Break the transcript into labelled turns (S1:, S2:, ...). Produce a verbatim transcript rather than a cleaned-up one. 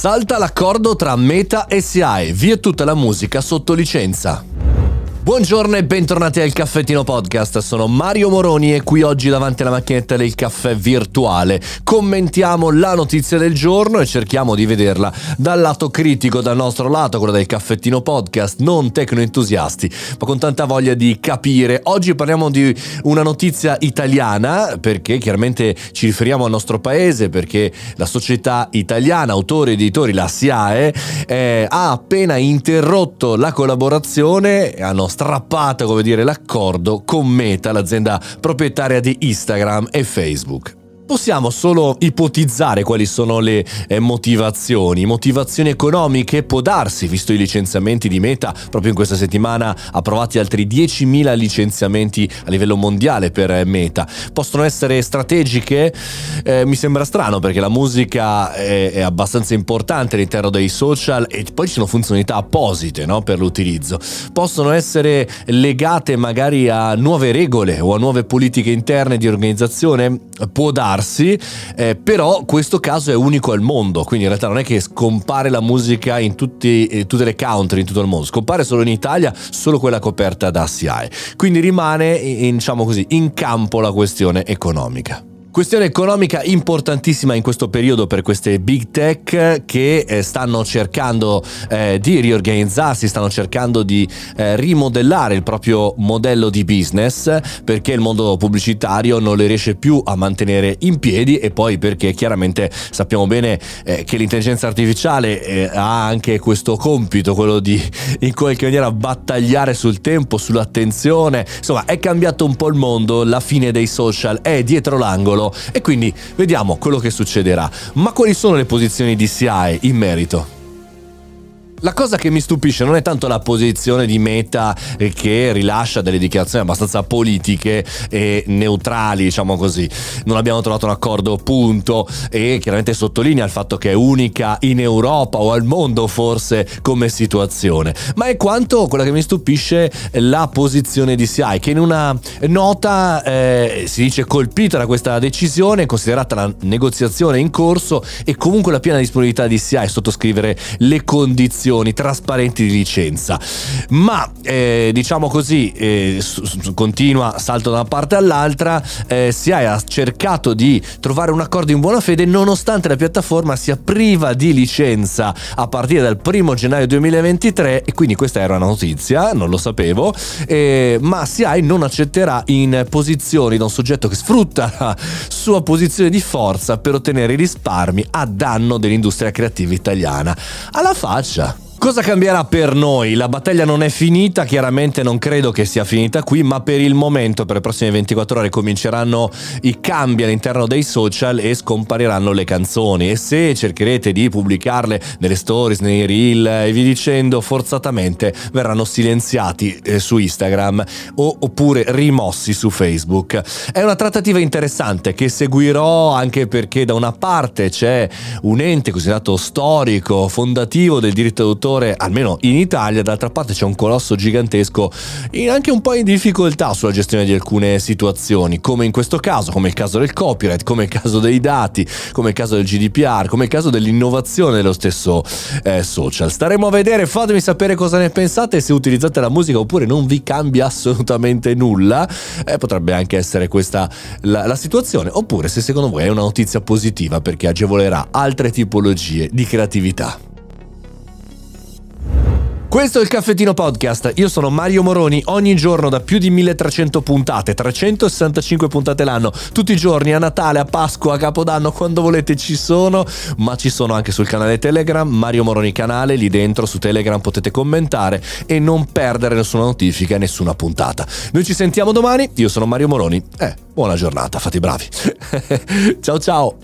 S1: Salta l'accordo tra Meta e S I A E, via tutta la musica sotto licenza. Buongiorno e bentornati al Caffettino Podcast, sono Mario Moroni e qui oggi davanti alla macchinetta del caffè virtuale commentiamo la notizia del giorno e cerchiamo di vederla dal lato critico, dal nostro lato, quello del Caffettino Podcast, non tecnoentusiasti, ma con tanta voglia di capire. Oggi parliamo di una notizia italiana, perché chiaramente ci riferiamo al nostro paese, perché la società italiana, autori e editori, la S I A E, eh, ha appena interrotto la collaborazione, hanno strappato, come dire, l'accordo con Meta, l'azienda proprietaria di Instagram e Facebook. Possiamo solo ipotizzare quali sono le eh, motivazioni. Motivazioni economiche, può darsi, visto i licenziamenti di Meta. Proprio in questa settimana approvati altri diecimila licenziamenti a livello mondiale per eh, Meta. Possono essere strategiche? Eh, mi sembra strano, perché la musica è, è abbastanza importante all'interno dei social e poi ci sono funzionalità apposite, no, per l'utilizzo. Possono essere legate magari a nuove regole o a nuove politiche interne di organizzazione? Può darsi. Eh, però questo caso è unico al mondo, quindi in realtà non è che scompare la musica in tutti, eh, tutte le country in tutto il mondo, scompare solo in Italia, solo quella coperta da S I A E, quindi rimane in, diciamo così, in campo la questione economica. Questione economica importantissima in questo periodo per queste big tech che eh, stanno cercando eh, di riorganizzarsi, stanno cercando di eh, rimodellare il proprio modello di business, perché il mondo pubblicitario non le riesce più a mantenere in piedi, e poi perché chiaramente sappiamo bene eh, che l'intelligenza artificiale eh, ha anche questo compito, quello di in qualche maniera battagliare sul tempo, sull'attenzione. Insomma, è cambiato un po' il mondo, la fine dei social è dietro l'angolo e quindi vediamo quello che succederà. Ma quali sono le posizioni di S I A E in merito? La cosa che mi stupisce non è tanto la posizione di Meta, eh, che rilascia delle dichiarazioni abbastanza politiche e neutrali, diciamo così. Non abbiamo trovato un accordo, punto, e chiaramente sottolinea il fatto che è unica in Europa o al mondo forse come situazione. Ma è quanto quella che mi stupisce la posizione di S I A E, che in una nota eh, si dice colpita da questa decisione, considerata la negoziazione in corso e comunque la piena disponibilità di S I A E a sottoscrivere le condizioni trasparenti di licenza. Ma eh, diciamo così, eh, su, su, continua, salto da una parte all'altra, eh, S I A E ha cercato di trovare un accordo in buona fede nonostante la piattaforma sia priva di licenza a partire dal primo gennaio duemilaventitré, e quindi questa era una notizia, non lo sapevo, eh, ma S I A E non accetterà in posizioni da un soggetto che sfrutta la sua posizione di forza per ottenere risparmi a danno dell'industria creativa italiana. Alla faccia! Cosa cambierà per noi? La battaglia non è finita, chiaramente non credo che sia finita qui, ma per il momento, per le prossime ventiquattro ore, cominceranno i cambi all'interno dei social e scompariranno le canzoni, e se cercherete di pubblicarle nelle stories, nei reel e vi dicendo, forzatamente verranno silenziati eh, su Instagram o, oppure rimossi su Facebook. È una trattativa interessante che seguirò, anche perché da una parte c'è un ente considerato storico, fondativo del diritto d'autore, almeno in Italia, d'altra parte c'è un colosso gigantesco in anche un po' in difficoltà sulla gestione di alcune situazioni, come in questo caso, come il caso del copyright, come il caso dei dati, come il caso del G D P R, come il caso dell'innovazione dello stesso eh, social. Staremo a vedere, fatemi sapere cosa ne pensate, se utilizzate la musica oppure non vi cambia assolutamente nulla, eh, potrebbe anche essere questa la, la situazione, oppure se secondo voi è una notizia positiva perché agevolerà altre tipologie di creatività. Questo è il Caffettino Podcast, io sono Mario Moroni, ogni giorno da più di milletrecento puntate, trecentosessantacinque puntate l'anno, tutti i giorni, a Natale, a Pasqua, a Capodanno, quando volete ci sono, ma ci sono anche sul canale Telegram, Mario Moroni canale, lì dentro su Telegram potete commentare e non perdere nessuna notifica e nessuna puntata. Noi ci sentiamo domani, io sono Mario Moroni, eh, buona giornata, fate i bravi. Ciao ciao!